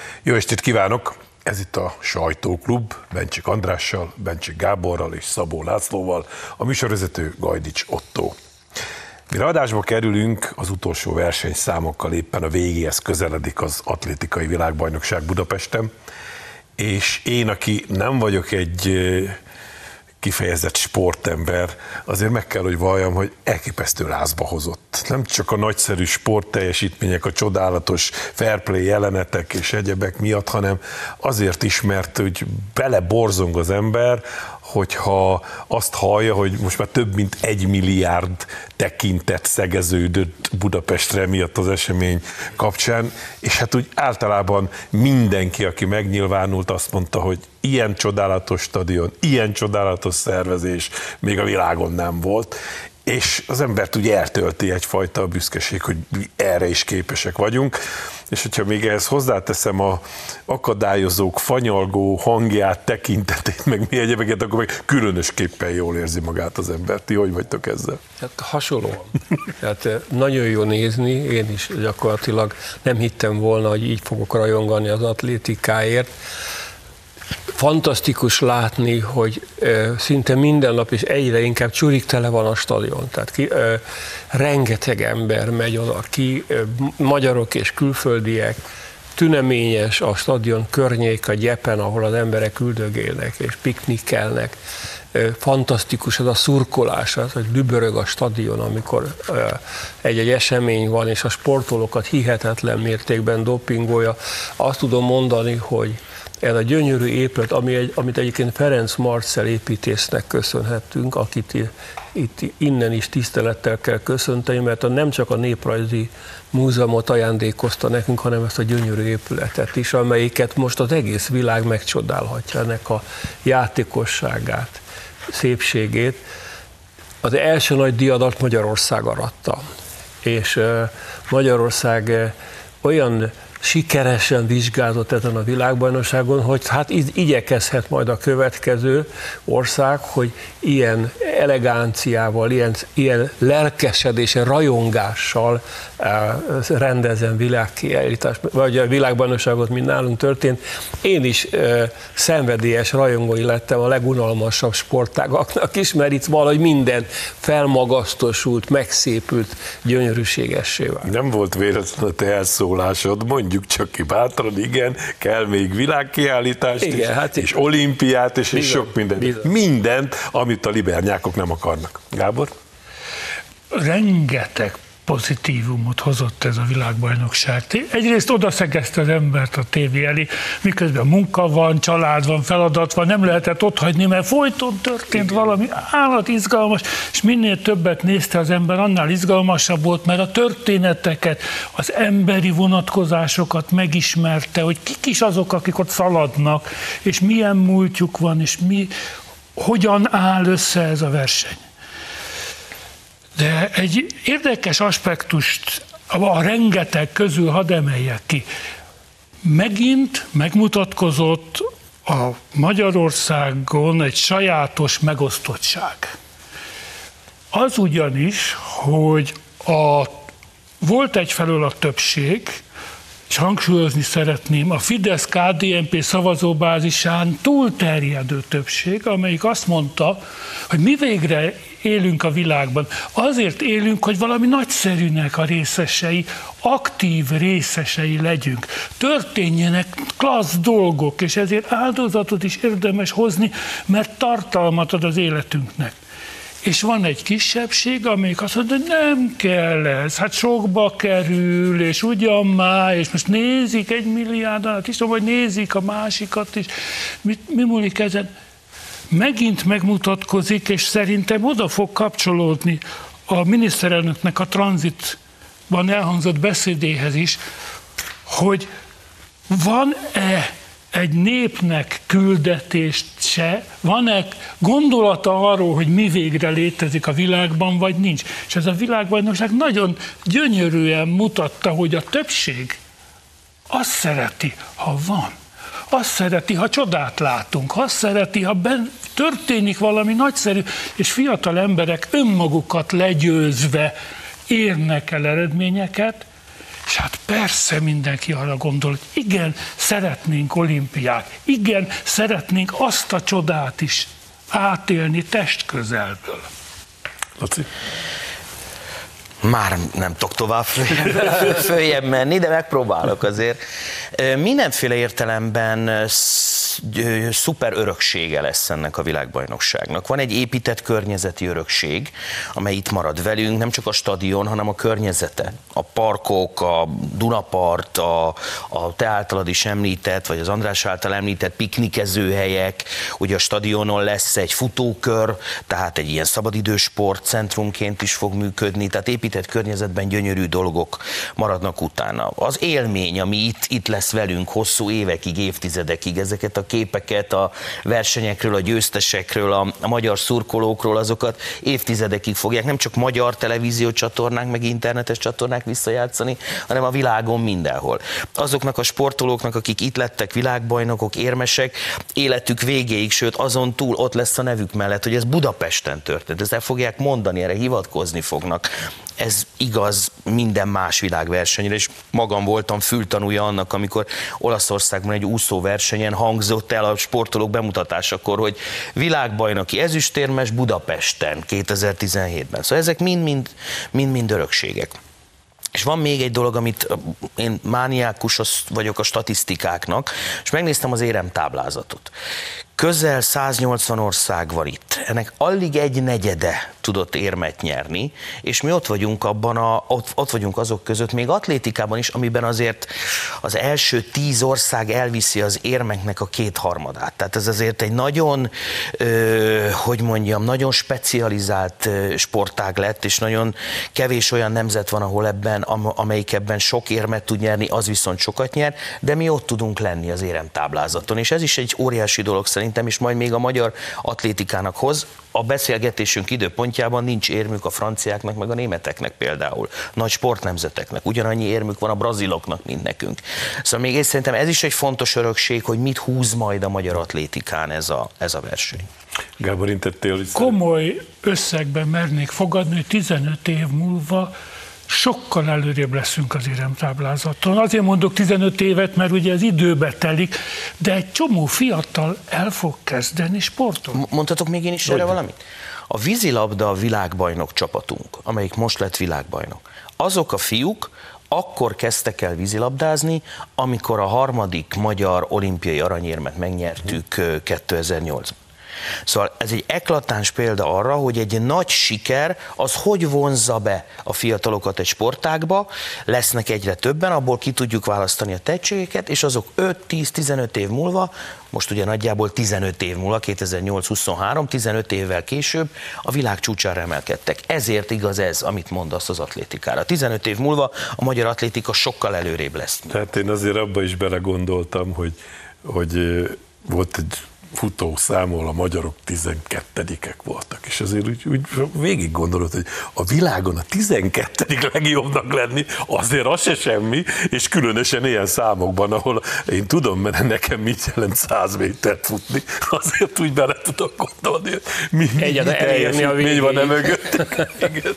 Jó estét kívánok! Ez itt a Sajtóklub, Bencsik Andrással, Bencsik Gáborral és Szabó Lászlóval, a műsorvezető Gajdics Ottó. Mire adásba kerülünk, az utolsó versenyszámokkal éppen a végéhez közeledik az atlétikai világbajnokság Budapesten, és én, aki nem vagyok egy kifejezett sportember, azért meg kell, hogy valljam, hogy elképesztő lázba hozott. Nem csak a nagyszerű sportteljesítmények, a csodálatos fair play jelenetek és egyebek miatt, hanem azért is, mert úgy beleborzong az ember, hogyha azt hallja, hogy most már több mint 1 milliárd tekintet szegeződött Budapestre miatt az esemény kapcsán, és hát úgy általában mindenki, aki megnyilvánult, azt mondta, hogy ilyen csodálatos stadion, ilyen csodálatos szervezés még a világon nem volt, és az embert úgy eltölti egyfajta büszkeség, hogy mi erre is képesek vagyunk, és hogyha még ehhez hozzáteszem a akadályozók fanyalgó hangját, tekintetét, meg mi egyebeket, akkor meg különösképpen jól érzi magát az ember. Ti hogy vagytok ezzel? Hát hasonlóan. Hát nagyon jó nézni, én is gyakorlatilag nem hittem volna, hogy így fogok rajongani az atlétikáért. Fantasztikus látni, hogy szinte minden nap és egyre inkább csurik tele van a stadion. Tehát rengeteg ember megy oda ki, magyarok és külföldiek, tüneményes a stadion környék, a gyepen, ahol az emberek üldögélnek és piknikelnek. Fantasztikus ez a szurkolás, hogy dübörög a stadion, amikor egy-egy esemény van, és a sportolókat hihetetlen mértékben dopingolja. Azt tudom mondani, hogy ez a gyönyörű épület, amit egyébként Ferenc Marcell építésznek köszönhetünk, akit itt innen is tisztelettel kell köszönteni, mert nem csak a Néprajzi Múzeumot ajándékozta nekünk, hanem ezt a gyönyörű épületet is, amelyiket most az egész világ megcsodálhatja, ennek a játékosságát, szépségét. Az első nagy diadat Magyarország aratta, és Magyarország olyan sikeresen vizsgázott ezen a világbajnokságon, hogy hát igyekezhet majd a következő ország, hogy ilyen elegánciával, ilyen lelkesedésen, rajongással rendezzen világkiállítást, vagy a világbajnokságot, mint nálunk történt. Én is szenvedélyes rajongói lettem a legunalmasabb sportágaknak is, mert itt valahogy minden felmagasztosult, megszépült, gyönyörűségessé vált. Nem volt véletlen a te elszólásod, mondjuk csak ki bátran, igen, kell még világkiállítást, igen, is, hát és olimpiát, és sok mindent. Bizony. Mindent, amit a libernyákok nem akarnak. Gábor? Rengeteg pozitívumot hozott ez a világbajnokság. Egyrészt odaszegezte az embert a tévé elé, miközben munka van, család van, feladat van, nem lehetett otthagyni, mert folyton történt valami állat izgalmas, és minél többet nézte az ember, annál izgalmasabb volt, mert a történeteket, az emberi vonatkozásokat megismerte, hogy kik is azok, akik ott szaladnak, és milyen múltjuk van, és hogyan áll össze ez a verseny. De egy érdekes aspektust a rengeteg közül hadd emeljek ki. Megint megmutatkozott a Magyarországon egy sajátos megosztottság. Az ugyanis, hogy volt egyfelől a többség, és hangsúlyozni szeretném, a Fidesz-KDNP szavazóbázisán túlterjedő többség, amelyik azt mondta, hogy mi végre élünk a világban. Azért élünk, hogy valami nagyszerűnek a részesei, aktív részesei legyünk. Történjenek klassz dolgok, és ezért áldozatot is érdemes hozni, mert tartalmat ad az életünknek. És van egy kisebbség, amelyik azt mondja, hogy nem kell ez, hát sokba kerül, és ugyan már, és most nézik 1 milliárdan, hát is tudom, hogy nézik a másikat is. Mi múlik ezen? Megint megmutatkozik, és szerintem oda fog kapcsolódni a miniszterelnöknek a tranzitban elhangzott beszédéhez is, hogy van-e egy népnek küldetést se, van-e gondolata arról, hogy mi végre létezik a világban, vagy nincs. És ez a világbajnokság nagyon gyönyörűen mutatta, hogy a többség azt szereti, ha van. Azt szereti, ha csodát látunk, azt szereti, ha történik valami nagyszerű, és fiatal emberek önmagukat legyőzve érnek el eredményeket, És hát persze mindenki arra gondol, hogy igen, szeretnénk olimpiát, igen, szeretnénk azt a csodát is átélni testközelből. Laci? Már nem tudok tovább följebb menni, de megpróbálok azért. Mindenféle értelemben szuper öröksége lesz ennek a világbajnokságnak. Van egy épített környezeti örökség, amely itt marad velünk, nem csak a stadion, hanem a környezete. A parkok, a Dunapart, a te általad is említett, vagy az András által említett piknikezőhelyek, ugye a stadionon lesz egy futókör, tehát egy ilyen szabadidős sportcentrumként is fog működni, tehát épített környezetben gyönyörű dolgok maradnak utána. Az élmény, ami itt lesz velünk hosszú évekig, évtizedekig, ezeket a képeket a versenyekről, a győztesekről, a magyar szurkolókról, azokat évtizedekig fogják nem csak magyar televíziócsatornák, meg internetes csatornák visszajátszani, hanem a világon mindenhol. Azoknak a sportolóknak, akik itt lettek világbajnokok, érmesek, életük végéig, sőt azon túl ott lesz a nevük mellett, hogy ez Budapesten történt. Ezt el fogják mondani, erre hivatkozni fognak. Ez igaz minden más világversenyre, és magam voltam fültanúja annak, amikor Olaszországban egy úszóversenyen hangzott el a sportolók bemutatásakor, hogy világbajnoki ezüstérmes Budapesten 2017-ben. Szóval ezek mind örökségek. És van még egy dolog, amit én mániákus vagyok a statisztikáknak, és megnéztem az éremtáblázatot. Közel 180 ország van itt. Ennek alig egy negyede tudott érmet nyerni, és mi ott vagyunk ott vagyunk azok között, még atlétikában is, amiben azért az első 10 ország elviszi az érmeknek a 2/3. Tehát ez azért egy nagyon, nagyon specializált sportág lett, és nagyon kevés olyan nemzet van, ahol amelyik ebben sok érmet tud nyerni, az viszont sokat nyer, de mi ott tudunk lenni az éremtáblázaton, és ez is egy óriási dolog szerintem, és majd még a magyar atlétikának hoz. A beszélgetésünk időpontjában nincs érmük a franciáknak, meg a németeknek például, nagy sportnemzeteknek. Ugyanannyi érmük van a braziloknak, mint nekünk. Szóval még szerintem ez is egy fontos örökség, hogy mit húz majd a magyar atlétikán ez a verseny. Gábor, intettél vissza? Komoly összegben mernék fogadni, hogy 15 év múlva sokkal előrébb leszünk az éremtáblázaton. Azért mondok 15 évet, mert ugye ez időbe telik, de egy csomó fiatal el fog kezdeni sportolni. Mondhatok még én is erre valamit? A vízilabda világbajnok csapatunk, amelyik most lett világbajnok, azok a fiúk akkor kezdtek el vízilabdázni, amikor a 3. magyar olimpiai aranyérmet megnyertük 2008-ban. Szóval ez egy eklatáns példa arra, hogy egy nagy siker az hogy vonzza be a fiatalokat egy sportágba, lesznek egyre többen, abból ki tudjuk választani a tehetségeket, és azok 5-10-15 év múlva, most ugye nagyjából 15 év múlva, 2008-23, 15 évvel később a világ csúcsára emelkedtek. Ezért igaz ez, amit mondasz az atlétikára. 15 év múlva a magyar atlétika sokkal előrébb lesz. Tehát én azért abba is belegondoltam, hogy volt egy futószám, ahol a magyarok 12-ek voltak, és azért úgy végig gondolod, hogy a világon a 12. legjobbnak lenni, azért az se semmi, és különösen ilyen számokban, ahol én tudom, mert nekem mit jelent 100 métert futni, azért úgy bele tudok gondolni, mi teljesítmény van mögött. Igen.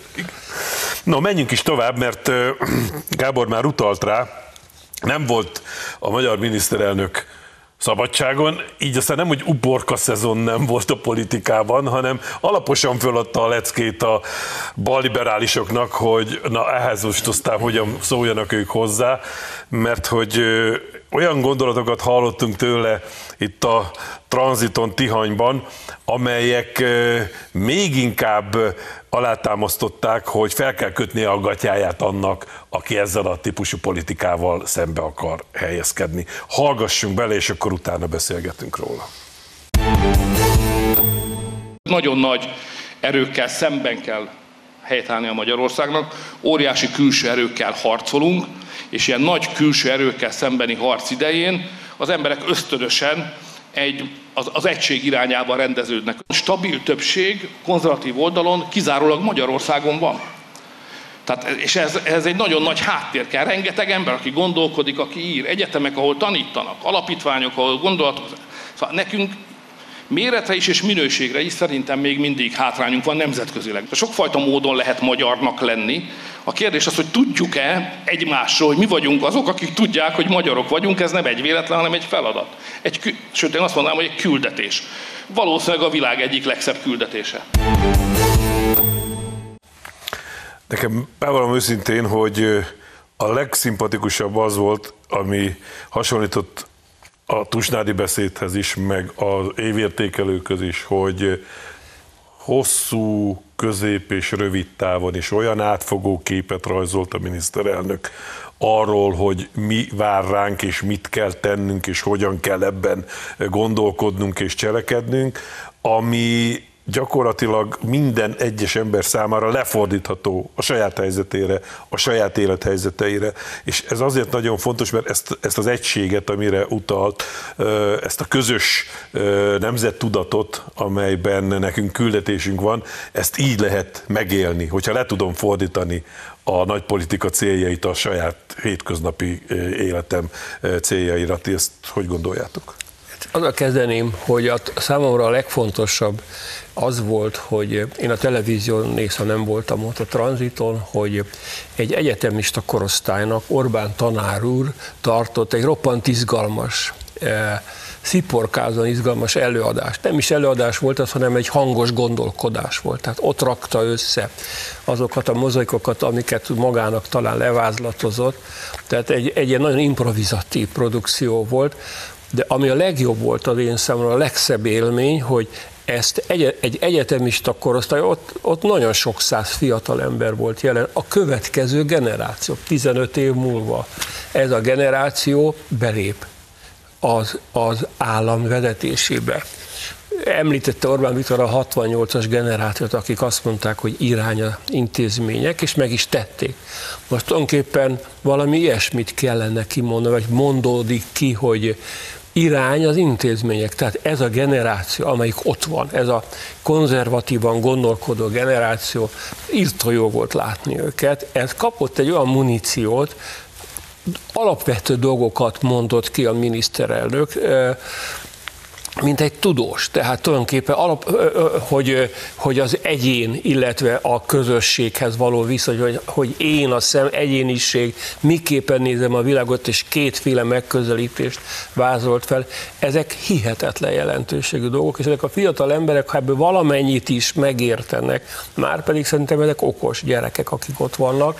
No, menjünk is tovább, mert Gábor már utalt rá, nem volt a magyar miniszterelnök szabadságon, így aztán nem, hogy uborka szezon nem volt a politikában, hanem alaposan föladta a leckét a balliberálisoknak, hogy na ehhez most aztán hogyan szóljanak ők hozzá, mert hogy olyan gondolatokat hallottunk tőle itt a tranziton Tihanyban, amelyek még inkább alátámasztották, hogy fel kell kötnie a gatyáját annak, aki ezzel a típusú politikával szembe akar helyezkedni. Hallgassunk bele, és akkor utána beszélgetünk róla. Nagyon nagy erőkkel szemben kell helytállni a Magyarországnak, óriási külső erőkkel harcolunk, és ilyen nagy külső erőkkel szembeni harc idején az emberek ösztönösen az egység irányába rendeződnek. A stabil többség konzervatív oldalon kizárólag Magyarországon van. Tehát, és ez egy nagyon nagy háttér kell. Rengeteg ember, aki gondolkodik, aki ír, egyetemek, ahol tanítanak, alapítványok, ahol gondolatozik. Szóval nekünk Méretre is és minőségre is szerintem még mindig hátrányunk van nemzetközileg. De sokfajta módon lehet magyarnak lenni. A kérdés az, hogy tudjuk-e egymásról, hogy mi vagyunk azok, akik tudják, hogy magyarok vagyunk, ez nem egy véletlen, hanem egy feladat. Sőt, én azt mondanám, hogy egy küldetés. Valószínűleg a világ egyik legszebb küldetése. Nekem bevallom őszintén, hogy a legszimpatikusabb az volt, ami hasonlított a Tusnádi beszédhez is, meg az évértékelőköz is, hogy hosszú, közép és rövid távon is olyan átfogó képet rajzolt a miniszterelnök arról, hogy mi vár ránk, és mit kell tennünk, és hogyan kell ebben gondolkodnunk és cselekednünk, ami gyakorlatilag minden egyes ember számára lefordítható a saját helyzetére, a saját élethelyzeteire. És ez azért nagyon fontos, mert ezt az egységet, amire utalt, ezt a közös nemzettudatot, amelyben nekünk küldetésünk van, ezt így lehet megélni, hogyha le tudom fordítani a nagypolitika céljait a saját hétköznapi életem céljaira. Ti ezt hogy gondoljátok? Azzal kezdeném, hogy számomra a legfontosabb az volt, hogy én a televízión nézve nem voltam ott a tranziton, hogy egy egyetemista korosztálynak Orbán tanár úr tartott egy roppant izgalmas, sziporkázóan izgalmas előadást. Nem is előadás volt az, hanem egy hangos gondolkodás volt. Tehát ott rakta össze azokat a mozaikokat, amiket magának talán levázlatozott. Tehát egy ilyen nagyon improvizatív produkció volt. De ami a legjobb volt az én számomra, a legszebb élmény, hogy ezt egy egyetemista korosztály, ott nagyon sok száz fiatal ember volt jelen, a következő generáció, 15 év múlva ez a generáció belép az állam vezetésébe. Említette Orbán Viktor a 68-as generációt, akik azt mondták, hogy irány az intézmények, és meg is tették. Most tulajdonképpen valami ilyesmit kellene kimondani, vagy mondódik ki, hogy irány az intézmények. Tehát ez a generáció, amelyik ott van, ez a konzervatívan gondolkodó generáció, írtó jó volt látni őket, ez kapott egy olyan muníciót, alapvető dolgokat mondott ki a miniszterelnök, mint egy tudós. Tehát tulajdonképpen hogy az egyén, illetve a közösséghez való viszony, hogy én a egyéniség, miképpen nézem a világot, és kétféle megközelítést vázolt fel. Ezek hihetetlen jelentőségű dolgok, és ezek a fiatal emberek, ha ebből valamennyit is megértenek, már pedig szerintem ezek okos gyerekek, akik ott vannak,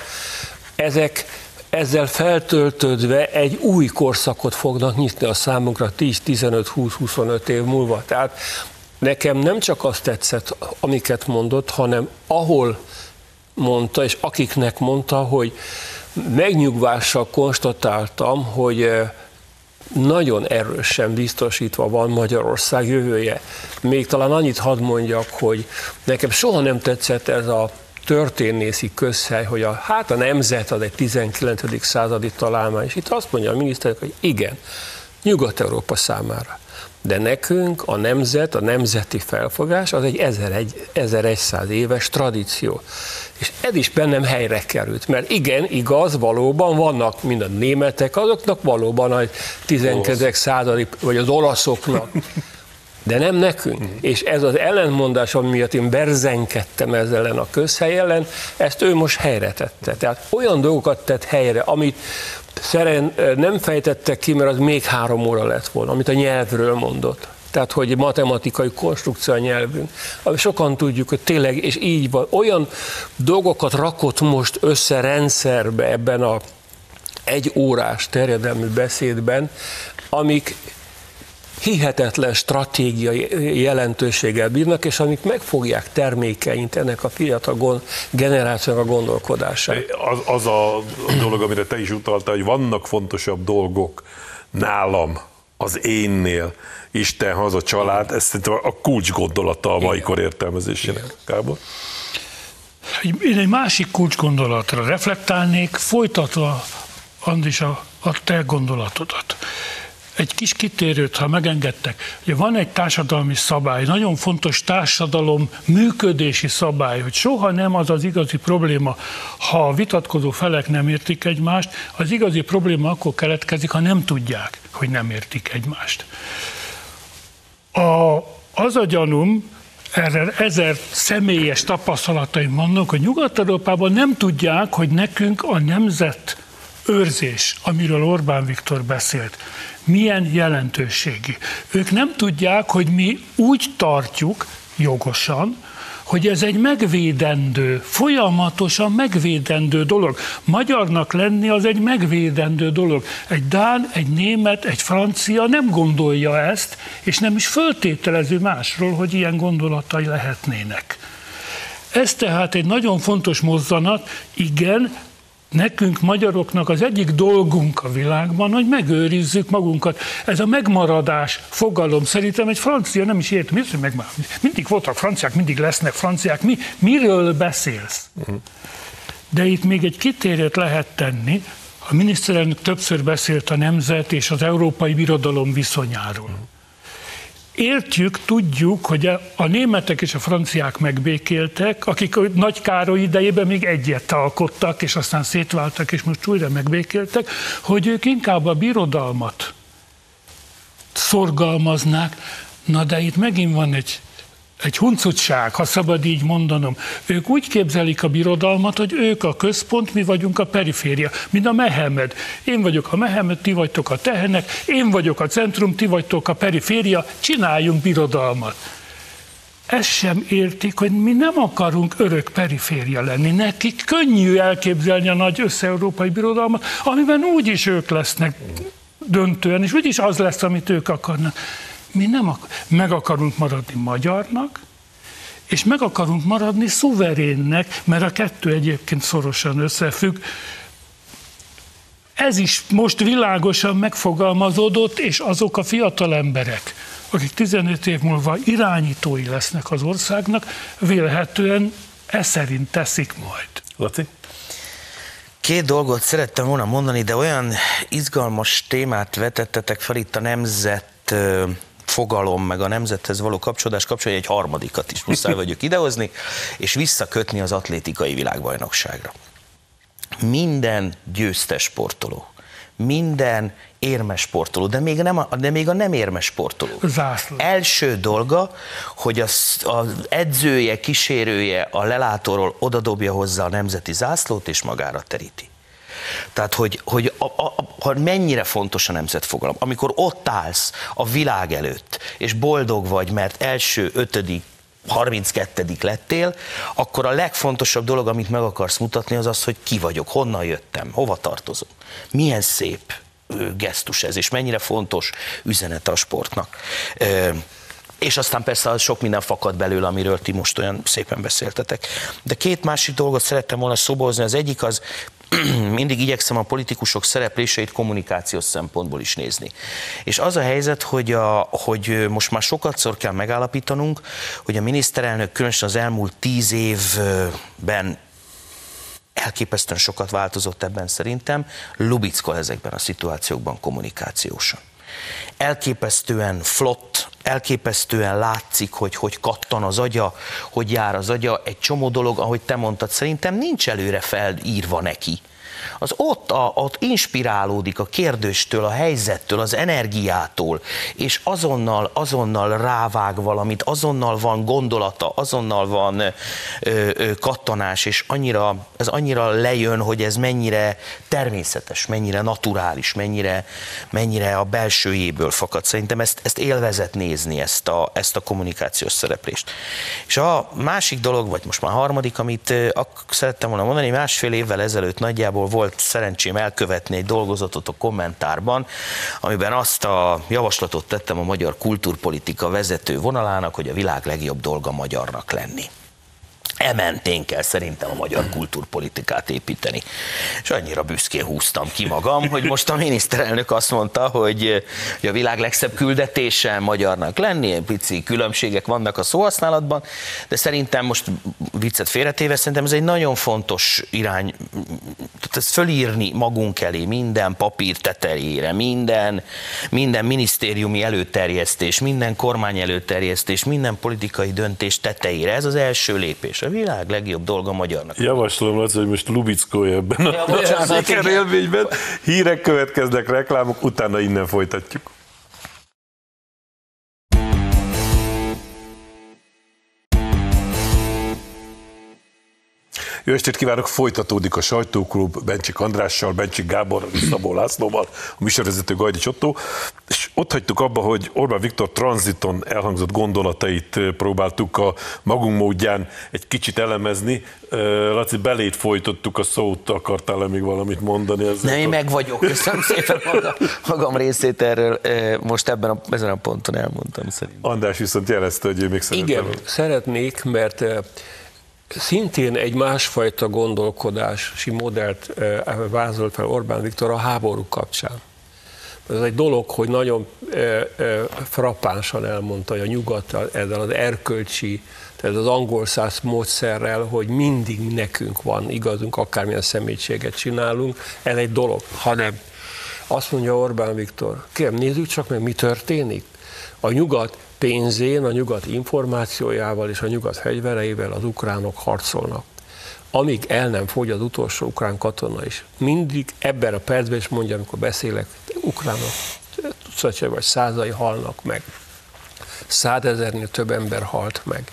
ezzel feltöltődve egy új korszakot fognak nyitni a számunkra 10, 15, 20, 25 év múlva. Tehát nekem nem csak azt tetszett, amiket mondott, hanem ahol mondta, és akiknek mondta, hogy megnyugvással konstatáltam, hogy nagyon erősen biztosítva van Magyarország jövője. Még talán annyit hadd mondjak, hogy nekem soha nem tetszett ez a történészi közhely, hogy a nemzet az egy 19. századi találmány, és itt azt mondja a miniszter, hogy igen, Nyugat-Európa számára. De nekünk a nemzet, a nemzeti felfogás az egy 1100 éves tradíció. És ez is bennem helyre került, mert igen, igaz, valóban vannak mind a németek, azoknak valóban a 19. századi, vagy az olaszoknak, de nem nekünk. És ez az ellentmondás, ami miatt én berzenkedtem ezzel ellen a közhely ellen, ezt ő most helyre tette. Tehát olyan dolgokat tett helyre, amit nem fejtettek ki, mert az még 3 óra lett volna, amit a nyelvről mondott. Tehát, hogy matematikai konstrukció a nyelvünk. Ami sokan tudjuk, hogy tényleg, és így van, olyan dolgokat rakott most össze rendszerbe ebben a 1 órás terjedelmű beszédben, amik hihetetlen stratégiai jelentőséggel bírnak, és amik meg fogják termékeint ennek a fiatal generációnak a gondolkodását. Az a dolog, amire te is utaltál, hogy vannak fontosabb dolgok nálam, az énnél, Isten, haza, család, ez szerintem a kulcsgondolata a mai kor értelmezésének. Gábor? Én egy másik kulcsgondolatra reflektálnék, folytatva, Andris, a te gondolatodat. Egy kis kitérőt, ha megengedtek. Ugye van egy társadalmi szabály, nagyon fontos társadalom működési szabály, hogy soha nem az az igazi probléma, ha a vitatkozó felek nem értik egymást, az igazi probléma akkor keletkezik, ha nem tudják, hogy nem értik egymást. Az a gyanúm, erre 1000 személyes tapasztalataim vannak, hogy Nyugat-Európában nem tudják, hogy nekünk a nemzetőrzés, amiről Orbán Viktor beszélt, milyen jelentőségű. Ők nem tudják, hogy mi úgy tartjuk jogosan, hogy ez egy megvédendő, folyamatosan megvédendő dolog. Magyarnak lenni az egy megvédendő dolog. Egy dán, egy német, egy francia nem gondolja ezt, és nem is föltételező másról, hogy ilyen gondolatai lehetnének. Ez tehát egy nagyon fontos mozzanat, igen, nekünk, magyaroknak az egyik dolgunk a világban, hogy megőrizzük magunkat. Ez a megmaradás fogalom szerintem egy francia nem is ért. Mindig voltak franciák, mindig lesznek franciák. Miről beszélsz? De itt még egy kitérőt lehet tenni. A miniszterelnök többször beszélt a nemzet és az európai birodalom viszonyáról. Értjük, tudjuk, hogy a németek és a franciák megbékéltek, akik Nagy Károly idejében még egyet alkottak, és aztán szétváltak, és most újra megbékéltek, hogy ők inkább a birodalmat szorgalmaznák. Na de itt megint van egy huncutság, ha szabad így mondanom. Ők úgy képzelik a birodalmat, hogy ők a központ, mi vagyunk a periféria, mint a Mehemed. Én vagyok a Mehemed, ti vagytok a tehenek, én vagyok a centrum, ti vagytok a periféria, csináljunk birodalmat. Ezt sem értik, hogy mi nem akarunk örök periféria lenni. Nekik könnyű elképzelni a nagy össze-európai birodalmat, amiben úgyis ők lesznek döntően, és úgyis az lesz, amit ők akarnak. Mi nem meg akarunk maradni magyarnak, és meg akarunk maradni szuverénnek, mert a kettő egyébként szorosan összefügg. Ez is most világosan megfogalmazódott, és azok a fiatal emberek, akik 15 év múlva irányítói lesznek az országnak, vélhetően ez szerint teszik majd. Laci? Két dolgot szerettem volna mondani, de olyan izgalmas témát vetettetek fel itt a nemzet fogalom, meg a nemzethez való kapcsolódás kapcsolatban, egy harmadikat is muszáj vagyok idehozni, és visszakötni az atlétikai világbajnokságra. Minden győztes sportoló, minden érmes sportoló, de még a nem érmes sportoló. Zászló. Első dolga, hogy az edzője, kísérője a lelátóról odadobja hozzá a nemzeti zászlót, és magára teríti. Tehát, hogy mennyire fontos a nemzetfogalom. Amikor ott állsz a világ előtt, és boldog vagy, mert első, 5., 32. lettél, akkor a legfontosabb dolog, amit meg akarsz mutatni, az az, hogy ki vagyok, honnan jöttem, hova tartozom. Milyen szép gesztus ez, és mennyire fontos üzenet a sportnak. És aztán persze sok minden fakad belőle, amiről ti most olyan szépen beszéltetek. De két másik dolgot szerettem volna szóba hozni. Az egyik az, mindig igyekszem a politikusok szerepléseit kommunikációs szempontból is nézni. És az a helyzet, hogy most már sokatszor kell megállapítanunk, hogy a miniszterelnök különösen az elmúlt 10 évben elképesztően sokat változott ebben szerintem, lubickol ezekben a szituációkban kommunikációsan. Elképesztően flott, elképesztően látszik, hogy kattan az agya, hogy jár az agya, egy csomó dolog, ahogy te mondtad, szerintem nincs előre felírva neki. Az ott inspirálódik a kérdéstől, a helyzettől, az energiától, és azonnal rávág valamit, azonnal van gondolata, azonnal van kattanás, és ez annyira lejön, hogy ez mennyire természetes, mennyire naturális, mennyire a belsőjéből fakad. Szerintem ezt élvezet nézni, ezt a kommunikációs szereplést. És a másik dolog, vagy most már harmadik, amit szerettem volna mondani, 1,5 évvel ezelőtt nagyjából volt szerencsém elkövetni egy dolgozatot a Kommentárban, amiben azt a javaslatot tettem a magyar kultúrpolitika vezető vonalának, hogy a világ legjobb dolga magyarnak lenni. Ementén kell szerintem a magyar kultúrpolitikát építeni. És annyira büszkén húztam ki magam, hogy most a miniszterelnök azt mondta, hogy a világ legszebb küldetése magyarnak lenni, pici különbségek vannak a szóhasználatban, de szerintem most viccet félretéve, szerintem ez egy nagyon fontos irány, tehát ezt fölírni magunk elé minden papír tetejére, minden minisztériumi előterjesztés, minden kormány előterjesztés, minden politikai döntés tetejére. Ez az első lépés. A világ legjobb dolga magyarnak. Javaslom, Laci, hogy most lubickolj ebben a sikerélményben. Hírek következnek, reklámok, utána innen folytatjuk. Jó estét kívánok, folytatódik a sajtóklub Bencsik Andrással, Bencsik Gáborral és Szabó Lászlóval, a műsorvezető Gajdics Ottó, és ott hagytuk abba, hogy Orbán Viktor tranziton elhangzott gondolatait próbáltuk a magunk módján egy kicsit elemezni. Laci, beléd folytottuk a szót, akartál-e még valamit mondani? Nem, én meg vagyok, köszönöm szépen magam részét erről, most ezen a ponton elmondtam szerintem. András viszont jelezte, hogy ő még szeretne. Igen, szeretnék, mert szintén egy másfajta gondolkodási modellt vázolt fel Orbán Viktor a háború kapcsán. Ez egy dolog, hogy nagyon frappánsan elmondta, hogy a nyugat ezzel az erkölcsi, tehát az angol száz módszerrel, hogy mindig nekünk van igazunk, akármilyen szemétséget csinálunk, ez egy dolog, hanem azt mondja Orbán Viktor, kérem, nézzük csak meg, mi történik. A nyugat pénzén, a nyugat információjával és a nyugat fegyvereivel az ukránok harcolnak. Amíg el nem fogy az utolsó ukrán katona is. Mindig ebben a percben is mondja, amikor beszélek, ukránok tucatjai vagy százai halnak meg. 100 000-nél több ember halt meg.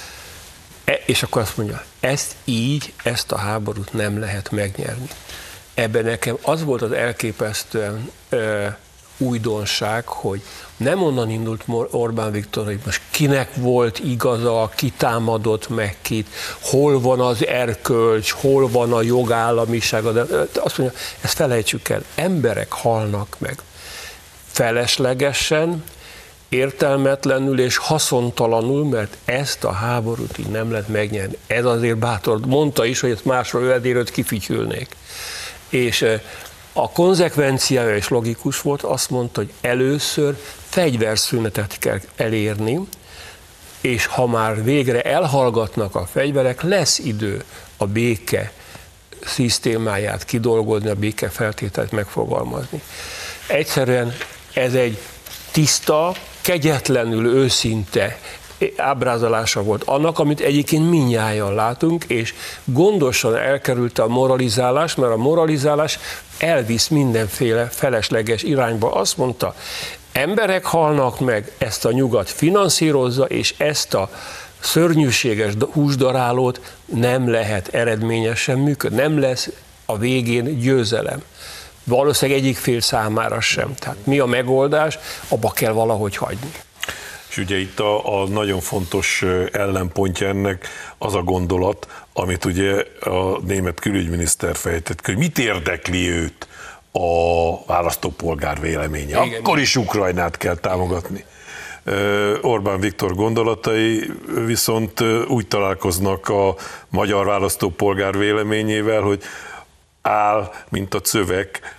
És akkor azt mondja, ezt a háborút nem lehet megnyerni. Ebben nekem az volt az elképesztően újdonság, hogy nem onnan indult Orbán Viktor, hogy most kinek volt igaza, ki támadott meg kit, hol van az erkölcs, hol van a jogállamiság, de azt mondja, ezt felejtsük el, emberek halnak meg. Feleslegesen, értelmetlenül és haszontalanul, mert ezt a háborút így nem lehet megnyerni. Ez azért bátor, mondta is, hogy ezt másról övedéről kifütyülnék. És a konzekvenciája is logikus volt, azt mondta, hogy először fegyverszünetet kell elérni, és ha már végre elhallgatnak a fegyverek, lesz idő a béke szisztémáját kidolgozni, a béke feltételt megfogalmazni. Egyszerűen ez egy tiszta, kegyetlenül őszinte ábrázolása volt annak, amit egyébként mindnyájan látunk, és gondosan elkerülte a moralizálás, mert a moralizálás elvisz mindenféle felesleges irányba. Azt mondta, emberek halnak meg, ezt a nyugat finanszírozza, és ezt a szörnyűséges húsdarálót nem lehet eredményesen működni, nem lesz a végén győzelem. Valószínűleg egyik fél számára sem. Tehát mi a megoldás? Abba kell valahogy hagyni. És ugye itt a nagyon fontos ellenpontja ennek az a gondolat, amit ugye a német külügyminiszter fejtett, hogy mit érdekli őt a választópolgár véleménye. Igen. Akkor is Ukrajnát kell támogatni. Orbán Viktor gondolatai viszont úgy találkoznak a magyar választópolgár véleményével, hogy áll, mint a cövek,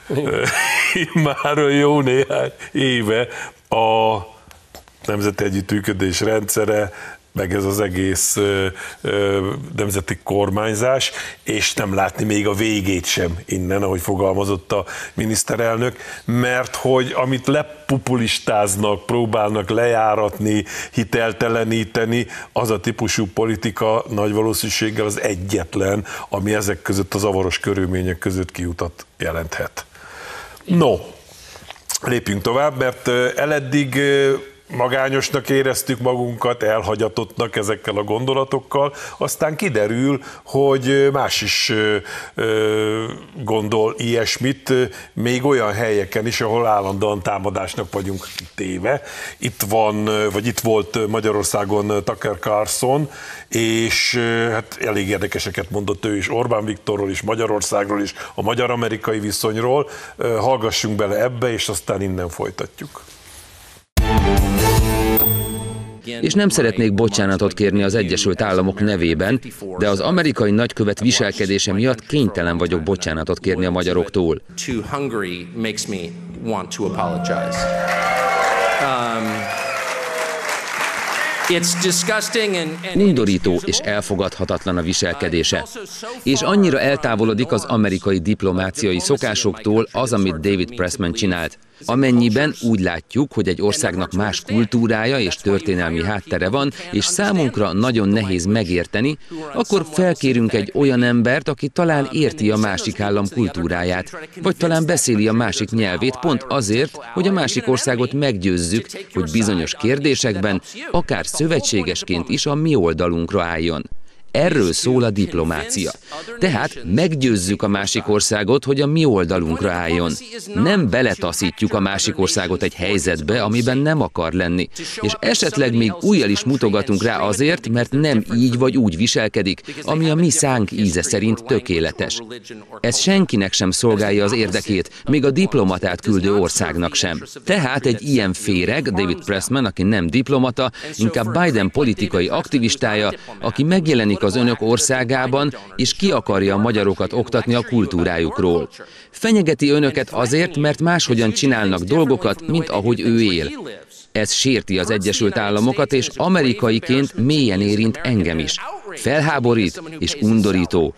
már jó néhány éve a nemzeti együttműködés rendszere, meg ez az egész nemzeti kormányzás, és nem látni még a végét sem innen, ahogy fogalmazott a miniszterelnök, mert hogy amit lepopulistáznak, próbálnak lejáratni, hitelteleníteni, az a típusú politika nagy valószínűséggel az egyetlen, ami ezek között a zavaros körülmények között kiutat jelenthet. No, lépjünk tovább, mert eleddig magányosnak éreztük magunkat, elhagyatottnak ezekkel a gondolatokkal, aztán kiderül, hogy más is gondol ilyesmit, még olyan helyeken is, ahol állandóan támadásnak vagyunk kitéve. Itt volt Magyarországon Tucker Carlson, és hát elég érdekeseket mondott ő is Orbán Viktorról is, Magyarországról is, a magyar-amerikai viszonyról. Hallgassunk bele ebbe, és aztán innen folytatjuk. És nem szeretnék bocsánatot kérni az Egyesült Államok nevében, de az amerikai nagykövet viselkedése miatt kénytelen vagyok bocsánatot kérni a magyaroktól. Undorító és elfogadhatatlan a viselkedése. És annyira eltávolodik az amerikai diplomáciai szokásoktól az, amit David Pressman csinált. Amennyiben úgy látjuk, hogy egy országnak más kultúrája és történelmi háttere van, és számunkra nagyon nehéz megérteni, akkor felkérünk egy olyan embert, aki talán érti a másik állam kultúráját, vagy talán beszéli a másik nyelvét pont azért, hogy a másik országot meggyőzzük, hogy bizonyos kérdésekben, akár szövetségesként is a mi oldalunkra álljon. Erről szól a diplomácia. Tehát meggyőzzük a másik országot, hogy a mi oldalunkra álljon. Nem beletaszítjuk a másik országot egy helyzetbe, amiben nem akar lenni. És esetleg még újjal is mutogatunk rá azért, mert nem így vagy úgy viselkedik, ami a mi szánk íze szerint tökéletes. Ez senkinek sem szolgálja az érdekét, még a diplomatát küldő országnak sem. Tehát egy ilyen féreg, David Pressman, aki nem diplomata, inkább Biden politikai aktivistája, aki megjelenik az önök országában, és ki akarja a magyarokat oktatni a kultúrájukról. Fenyegeti önöket azért, mert máshogyan csinálnak dolgokat, mint ahogy ő él. Ez sérti az Egyesült Államokat, és amerikaiként mélyen érint engem is. Felháborít és undorító.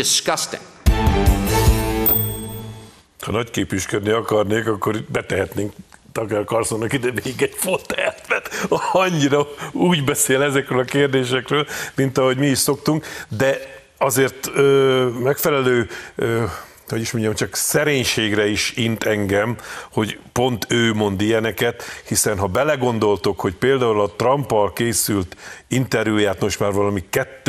Ha nagyképűsködni akarnék, akkor betehetnénk Tucker Carlsonnak ide még egy fotelt, mert annyira úgy beszél ezekről a kérdésekről, mint ahogy mi is szoktunk, de azért megfelelő, hogy is mondjam, csak szerénységre is int engem, hogy pont ő mond ilyeneket, hiszen ha belegondoltok, hogy például a Trumpal készült interjúját most már valami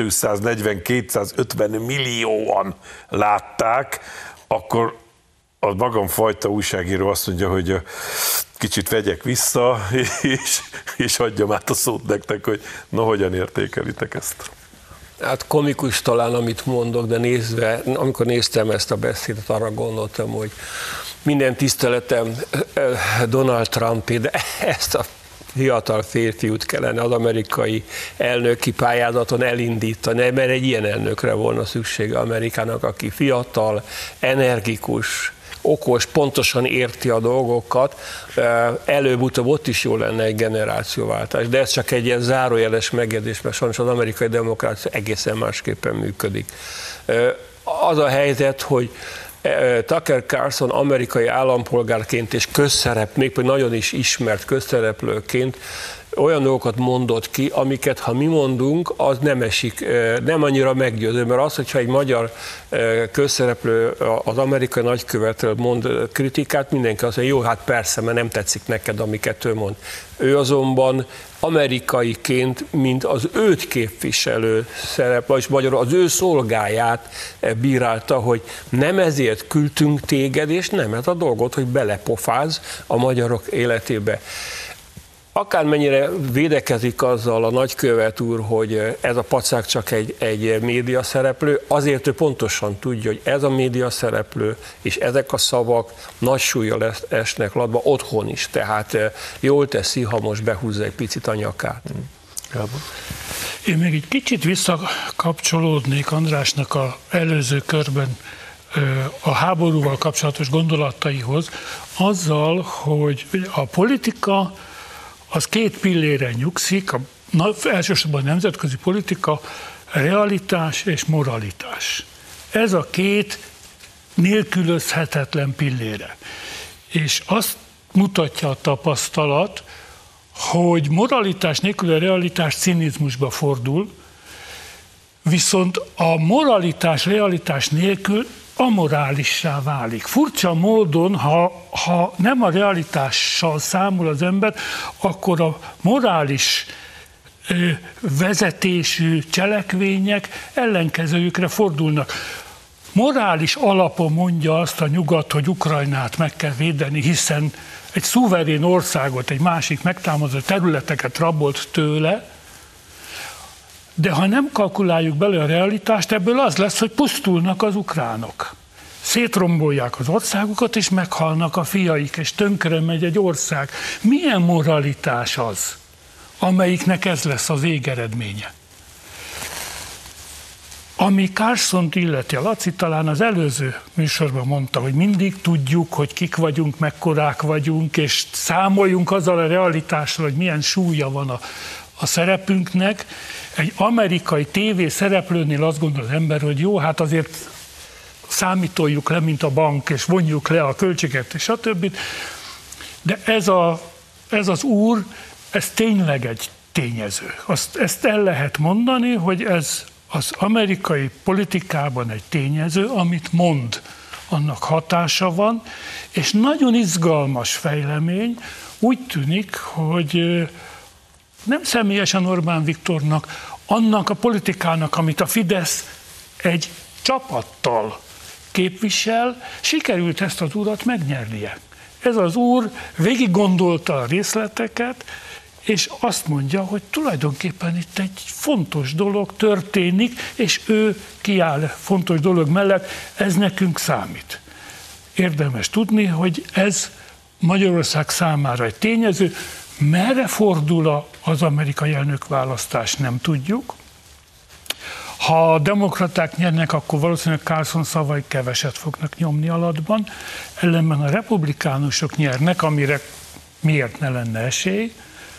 240-250 millióan látták, akkor a magamfajta újságíró azt mondja, hogy kicsit vegyek vissza, és adjam át a szót nektek, hogy hogyan értékelitek ezt. Hát komikus talán, amit mondok, de amikor néztem ezt a beszédet, arra gondoltam, hogy minden tiszteletem Donald Trumpé, de ezt a fiatal férfiút kellene az amerikai elnöki pályázaton elindítani, mert egy ilyen elnökre volna szüksége Amerikának, aki fiatal, energikus, okos, pontosan érti a dolgokat, előbb-utóbb ott is jó lenne egy generációváltás, de ez csak egy ilyen zárójeles megjegyzés, mert sajnos az amerikai demokrácia egészen másképpen működik. Az a helyzet, hogy Tucker Carlson amerikai állampolgárként és még nagyon is ismert közszereplőként olyan dolgokat mondott ki, amiket ha mi mondunk, az nem esik, nem annyira meggyőző, mert az, hogyha egy magyar közszereplő az amerikai nagykövetről mond kritikát, mindenki azt mondja, jó, hát persze, mert nem tetszik neked, amiket ő mond. Ő azonban amerikaiként, mint az őt képviselő szerep, vagyis magyarul az ő szolgáját bírálta, hogy nem ezért küldtünk téged, és nem ez a dolgot, hogy belepofáz a magyarok életébe. Akármennyire védekezik azzal a nagykövet úr, hogy ez a pacák csak egy média szereplő, azért ő pontosan tudja, hogy ez a média szereplő, és ezek a szavak nagy súllyal esnek latba otthon is, tehát jól teszi, ha most behúzza egy picit a nyakát. Én még egy kicsit visszakapcsolódnék Andrásnak az előző körben a háborúval kapcsolatos gondolataihoz, azzal, hogy a politika az két pillére nyugszik, elsősorban a nemzetközi politika, realitás és moralitás. Ez a két nélkülözhetetlen pillére. És azt mutatja a tapasztalat, hogy moralitás nélkül a realitás cinizmusba fordul, viszont a moralitás realitás nélkül amorálissá válik. Furcsa módon, ha nem a realitással számol az ember, akkor a morális vezetésű cselekvények ellenkezőjükre fordulnak. Morális alapon mondja azt a nyugat, hogy Ukrajnát meg kell védeni, hiszen egy szuverén országot, egy másik megtámadott területeket rabolt tőle, de ha nem kalkuláljuk bele a realitást, ebből az lesz, hogy pusztulnak az ukránok. Szétrombolják az országukat, és meghalnak a fiaik, és tönkre megy egy ország. Milyen moralitás az, amelyiknek ez lesz a végeredménye? Ami Carlsont illeti, a Laci talán az előző műsorban mondta, hogy mindig tudjuk, hogy kik vagyunk, mekkorák vagyunk, és számoljunk azzal a realitással, hogy milyen súlya van a szerepünknek. Egy amerikai tévé szereplőnél azt gondol az ember, hogy jó, hát azért számítoljuk le, mint a bank, és vonjuk le a költséget, és stb. De ez az úr, ez tényleg egy tényező. Ezt el lehet mondani, hogy ez az amerikai politikában egy tényező, amit mond, annak hatása van, és nagyon izgalmas fejlemény, úgy tűnik, hogy nem személyesen Orbán Viktornak, annak a politikának, amit a Fidesz egy csapattal képvisel, sikerült ezt az urat megnyernie. Ez az úr végig gondolta a részleteket, és azt mondja, hogy tulajdonképpen itt egy fontos dolog történik, és ő kiáll fontos dolog mellett, ez nekünk számít. Érdemes tudni, hogy ez Magyarország számára egy tényező. Merre fordul az amerikai elnökválasztás, nem tudjuk. Ha a demokraták nyernek, akkor valószínűleg Carson szavai keveset fognak nyomni alatban, ellenben a republikánusok nyernek, amire miért ne lenne esély,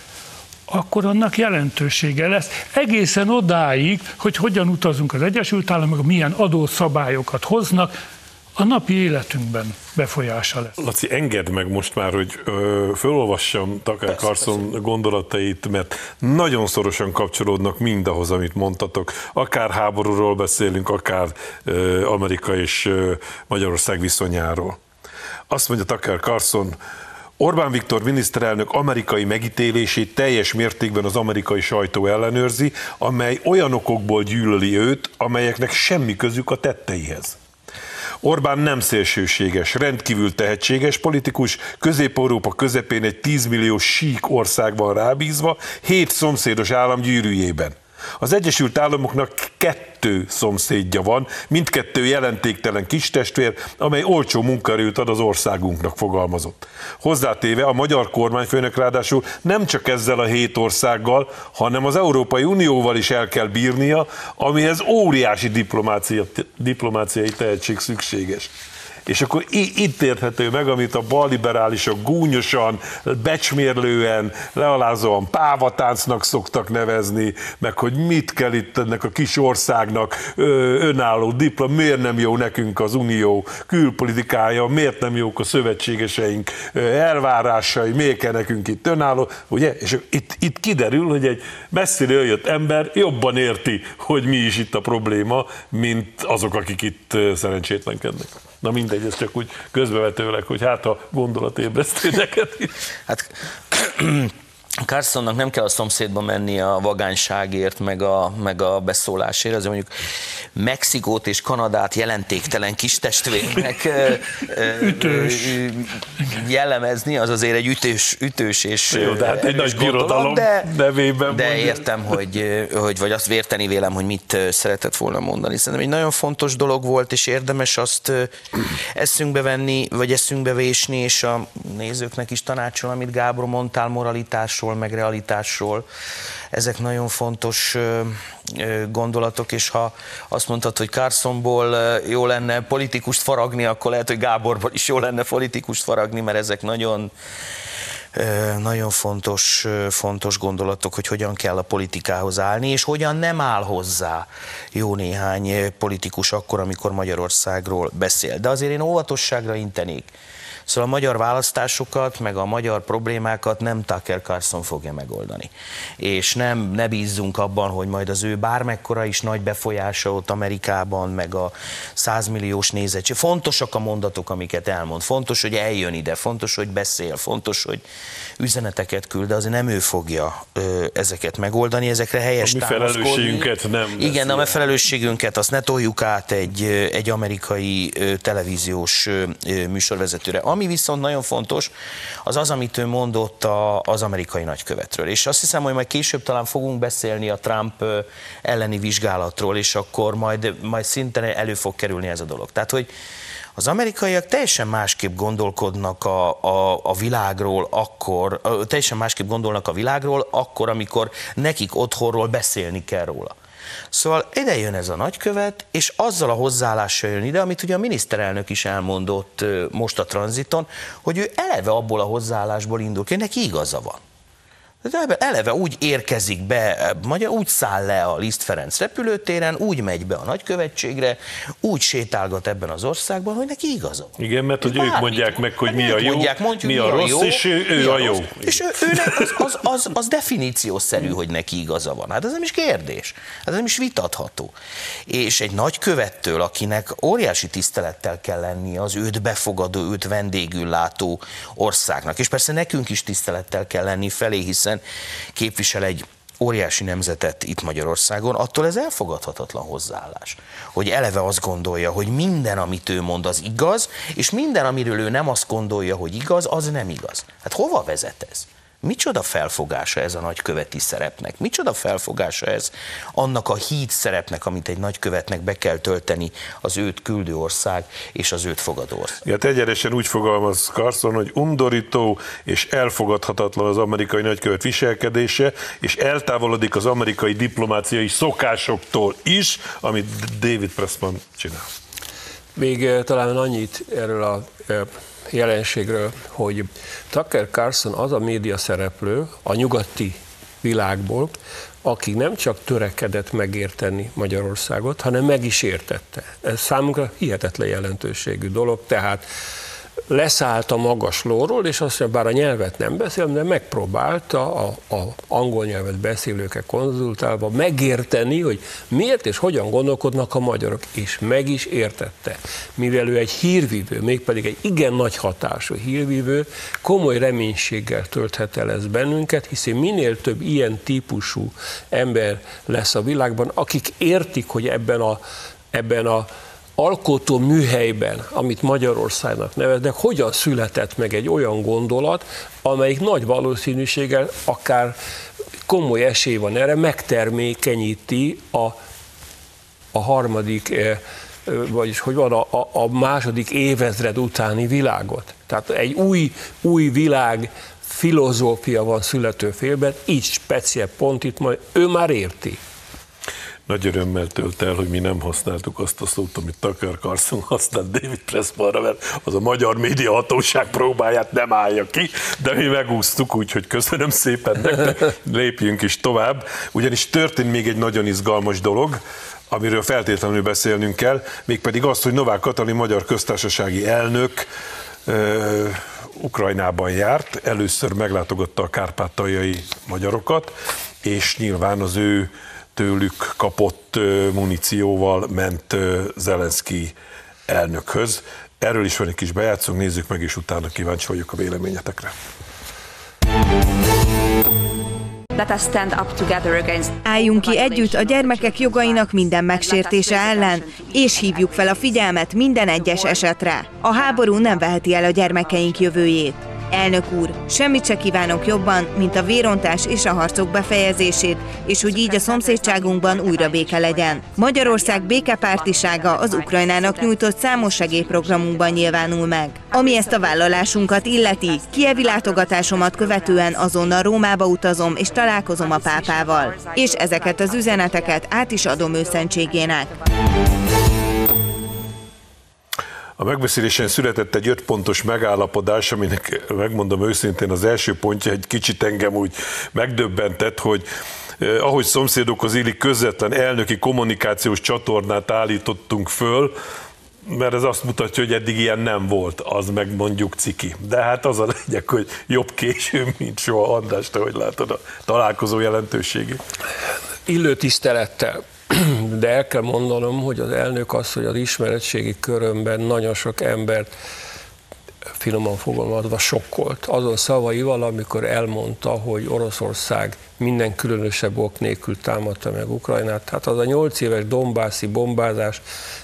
akkor annak jelentősége lesz. Egészen odáig, hogy hogyan utazunk az Egyesült Államokba, milyen adószabályokat hoznak, a napi életünkben befolyása lesz. Laci, engedd meg most már, hogy felolvassam Tucker Carlson gondolatait, mert nagyon szorosan kapcsolódnak mindahhoz, amit mondtatok. Akár háborúról beszélünk, akár Amerika és Magyarország viszonyáról. Azt mondja Tucker Carlson, Orbán Viktor miniszterelnök amerikai megítélését teljes mértékben az amerikai sajtó ellenőrzi, amely olyan okokból gyűlöli őt, amelyeknek semmi közük a tetteihez. Orbán nem szélsőséges, rendkívül tehetséges politikus, Közép-Európa közepén egy 10 milliós sík országban rábízva, 7 szomszédos állam gyűrűjében. Az Egyesült Államoknak 2 szomszédja van, mindkettő jelentéktelen kistestvér, amely olcsó munkaerőt ad az országunknak, fogalmazott. Hozzátéve a magyar kormányfőnök ráadásul nem csak ezzel a 7 országgal, hanem az Európai Unióval is el kell bírnia, amihez óriási diplomáciai tehetség szükséges. És akkor itt érthető meg, amit a balliberálisok gúnyosan, becsmérlően, lealázóan pávatáncnak szoktak nevezni, meg hogy mit kell itt ennek a kis országnak önálló miért nem jó nekünk az unió külpolitikája, miért nem jók a szövetségeseink elvárásai, miért kell nekünk itt önálló, ugye? És itt kiderül, hogy egy messziről jött ember jobban érti, hogy mi is itt a probléma, mint azok, akik itt szerencsétlenkednek. Na mindegy, ez csak úgy közbevetőleg, hogy hát a gondolatébresztő neked is. Hát Carsonnak nem kell a szomszédba menni a vagányságért, meg a beszólásért, azért mondjuk Mexikót és Kanadát jelentéktelen kis testvérnek jellemezni, az azért egy ütős és jó, de hát egy nagy birodalom nevében de értem, hogy vagy azt vérteni vélem, hogy mit szeretett volna mondani. Szerintem egy nagyon fontos dolog volt, és érdemes azt eszünkbe venni, vagy eszünkbe vésni, és a nézőknek is tanácsol, amit Gábor mondtál, moralitásról, meg realitásról. Ezek nagyon fontos gondolatok, és ha azt mondtad, hogy Carsonból jó lenne politikust faragni, akkor lehet, hogy Gáborból is jó lenne politikust faragni, mert ezek nagyon fontos gondolatok, hogy hogyan kell a politikához állni, és hogyan nem áll hozzá jó néhány politikus akkor, amikor Magyarországról beszél. De azért én óvatosságra intenék. Szóval a magyar választásokat, meg a magyar problémákat nem Tucker Carlson fogja megoldani. És ne bízzunk abban, hogy majd az ő bármekkora is nagy befolyása ott Amerikában, meg a 100 milliós nézettség. Fontosak a mondatok, amiket elmond. Fontos, hogy eljön ide, fontos, hogy beszél, fontos, hogy üzeneteket küld, de azért nem ő fogja ezeket megoldani, ezekre helyes támaszkodni. A mi felelősségünket nem. Igen, a mi felelősségünket azt ne toljuk át egy amerikai televíziós műsorvezetőre. Ami viszont nagyon fontos, az, amit ő mondott az amerikai nagykövetről. És azt hiszem, hogy majd később talán fogunk beszélni a Trump elleni vizsgálatról, és akkor majd szintén elő fog kerülni ez a dolog. Tehát, hogy az amerikaiak teljesen másképp gondolkodnak a világról akkor, amikor nekik otthonról beszélni kell róla. Szóval ide jön ez a nagykövet, és azzal a hozzáállással jön ide, amit ugye a miniszterelnök is elmondott most a tranziton, hogy ő eleve abból a hozzáállásból indul ki, neki igaza van. Eleve úgy érkezik be, úgy száll le a Liszt Ferenc repülőtéren, úgy megy be a nagykövetségre, úgy sétálgat ebben az országban, hogy neki igaza van. Igen, mert hogy ők mondják meg, hogy mi a jó, mi a rossz, és ő a jó. És őnek az definíciószerű, hogy neki igaza van. Hát ez nem is kérdés. Hát ez nem is vitatható. És egy nagykövettől, akinek óriási tisztelettel kell lennie az őt befogadó, őt vendégül látó országnak, és persze nekünk is tisztelettel kell lenni felé, hiszen képvisel egy óriási nemzetet itt Magyarországon, attól ez elfogadhatatlan hozzáállás. Hogy eleve azt gondolja, hogy minden, amit ő mond, az igaz, és minden, amiről ő nem azt gondolja, hogy igaz, az nem igaz. Hát hova vezet ez? Micsoda felfogása ez a nagyköveti szerepnek? Micsoda felfogása ez annak a híd szerepnek, amit egy nagykövetnek be kell tölteni az őt küldő ország és az őt fogadó ország? Ja, egyenesen úgy fogalmaz Carson, hogy undorító és elfogadhatatlan az amerikai nagykövet viselkedése, és eltávolodik az amerikai diplomáciai szokásoktól is, amit David Pressman csinál. Még talán annyit erről a jelenségről, hogy Tucker Carlson az a média szereplő a nyugati világból, aki nem csak törekedett megérteni Magyarországot, hanem meg is értette. Ez számunkra hihetetlen jelentőségű dolog, tehát leszállt a magaslóról, és azt mondja, bár a nyelvet nem beszél, de megpróbálta a angol nyelvet beszélőkkel konzultálva megérteni, hogy miért és hogyan gondolkodnak a magyarok, és meg is értette. Mivel ő egy hírvívő, mégpedig egy igen nagy hatású hírvívő, komoly reménységgel tölthet el ez bennünket, hiszen minél több ilyen típusú ember lesz a világban, akik értik, hogy ebben a alkotó műhelyben, amit Magyarországnak neveznek, hogyan született meg egy olyan gondolat, amelyik nagy valószínűséggel akár komoly esély van erre, megtermékenyíti a harmadik, vagyis hogy van a második évezred utáni világot. Tehát egy új világ filozófia van születőfélben, így speciál pont itt majd, ő már érti. Nagy örömmel tölt el, hogy mi nem használtuk azt a szót, amit Tucker Carlson használt David Pressmanra, mert az a magyar média hatóság próbáját nem állja ki, de mi megúsztuk, úgyhogy köszönöm szépen nektek, lépjünk is tovább. Ugyanis történt még egy nagyon izgalmas dolog, amiről feltétlenül beszélnünk kell, mégpedig azt, hogy Novák Katalin magyar köztársasági elnök Ukrajnában járt, először meglátogatta a kárpátaljai magyarokat, és nyilván az ő tőlük kapott munícióval ment Zelenszky elnökhöz. Erről is van egy kis bejátszónk, nézzük meg, és utána kíváncsi vagyok a véleményetekre. Álljunk ki együtt a gyermekek jogainak minden megsértése ellen, és hívjuk fel a figyelmet minden egyes esetre. A háború nem veheti el a gyermekeink jövőjét. Elnök úr, semmit se kívánok jobban, mint a vérontás és a harcok befejezését, és hogy így a szomszédságunkban újra béke legyen. Magyarország békepártisága az Ukrajnának nyújtott számos segélyprogramunkban nyilvánul meg. Ami ezt a vállalásunkat illeti, kijevi látogatásomat követően azonnal Rómába utazom és találkozom a pápával. És ezeket az üzeneteket át is adom őszentségének. A megbeszélésen született egy 5 pontos megállapodás, aminek megmondom őszintén az első pontja egy kicsit engem úgy megdöbbentett, hogy ahogy szomszédokhoz illik, közvetlen elnöki kommunikációs csatornát állítottunk föl, mert ez azt mutatja, hogy eddig ilyen nem volt, az meg mondjuk ciki. De hát az a lényeg, hogy jobb későn, mint soha. András, te hogy látod a találkozó jelentőségét? Illő tisztelettel. De el kell mondanom, hogy az elnök az, hogy az ismeretségi körömben nagyon sok embert finoman fogalmazva sokkolt. Azon szavaival, amikor elmondta, hogy Oroszország minden különösebb ok nélkül támadta meg Ukrajnát. Hát az a 8 éves donbászi bombázás,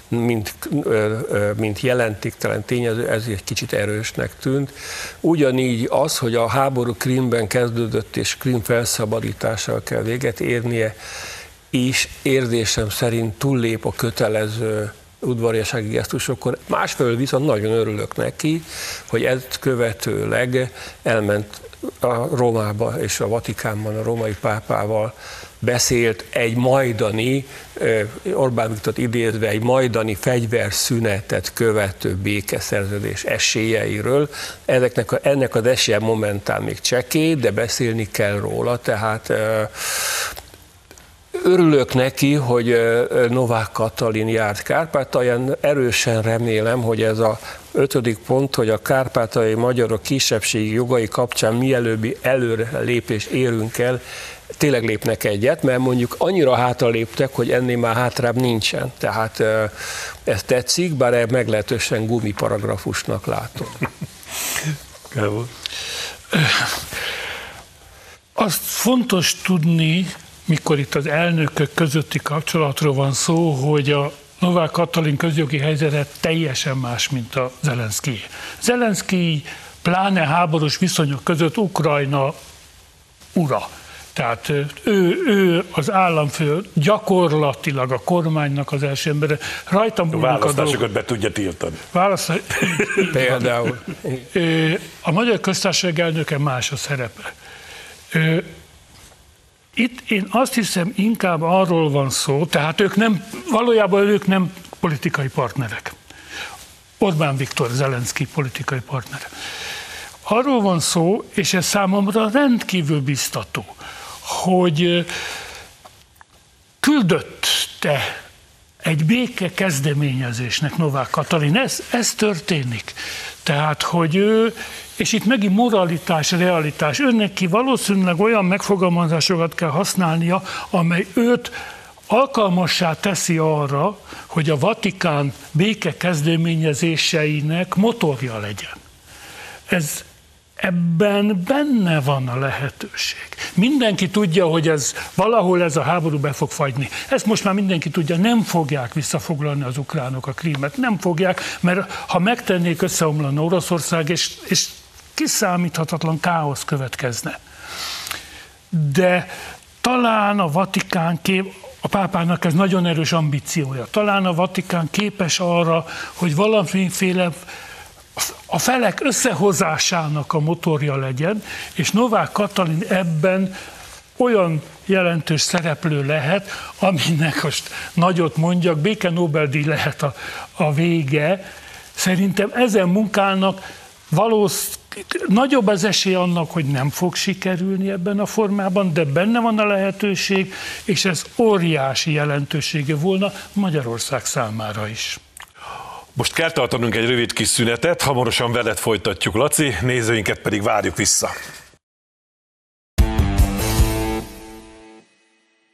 mint jelentéktelen tényező, ez egy kicsit erősnek tűnt. Ugyanígy az, hogy a háború Krímben kezdődött, és Krím felszabadítással kell véget érnie, és érzésem szerint túllép a kötelező udvariasági gesztusokon. Másfelől viszont nagyon örülök neki, hogy ezt követőleg elment a Rómába és a Vatikánban a római pápával, beszélt egy majdani, Orbán Viktort idézve, egy majdani fegyverszünetet követő békeszerződés esélyeiről. Ennek az esélye momentán még csekély, de beszélni kell róla, tehát örülök neki, hogy Novák Katalin járt Kárpátalján. Erősen remélem, hogy ez a 5. pont, hogy a kárpátaljai magyarok kisebbségi jogai kapcsán mielőbbi előrelépést érünk el, tényleg lépnek egyet, mert mondjuk annyira hátra léptek, hogy ennél már hátrább nincsen. Tehát ez tetszik, bár meglehetősen gumiparagrafusnak látom. Azt fontos tudni, mikor itt az elnökök közötti kapcsolatról van szó, hogy a Novák Katalin közjogi helyzete teljesen más, mint a Zelenszkij. Zelenszkij pláne háborús viszonyok között Ukrajna ura. Tehát ő az államfő, gyakorlatilag a kormánynak az első embere. Rajta múlnak a választásokat be tudja tiltani. Például. A Magyar Köztársaság elnöke más a szerepe. Itt én azt hiszem, inkább arról van szó, tehát valójában ők nem politikai partnerek. Orbán Viktor, Zelenszkij politikai partnere. Arról van szó, és ez számomra rendkívül biztató, hogy küldötte egy béke kezdeményezésnek Novák Katalin. Ez történik. Tehát, hogy ő, és itt megint moralitás, realitás, neki valószínűleg olyan megfogalmazásokat kell használnia, amely őt alkalmassá teszi arra, hogy a Vatikán béke kezdeményezéseinek motorja legyen. Ebben benne van a lehetőség. Mindenki tudja, hogy valahol ez a háború be fog fagyni. Ezt most már mindenki tudja, nem fogják visszafoglalni az ukránok a Krímet. Nem fogják, mert ha megtennék, összeomlana Oroszország, és kiszámíthatatlan káosz következne. De talán a Vatikán a pápának ez nagyon erős ambíciója. Talán a Vatikán képes arra, hogy valamiféle a felek összehozásának a motorja legyen, és Novák Katalin ebben olyan jelentős szereplő lehet, aminek most nagyot mondjak, béke Nobel-díj lehet a vége. Szerintem ezen munkának nagyobb az esély annak, hogy nem fog sikerülni ebben a formában, de benne van a lehetőség, és ez óriási jelentősége volna Magyarország számára is. Most kell tartanunk egy rövid kis szünetet, hamarosan veled folytatjuk, Laci, nézőinket pedig várjuk vissza.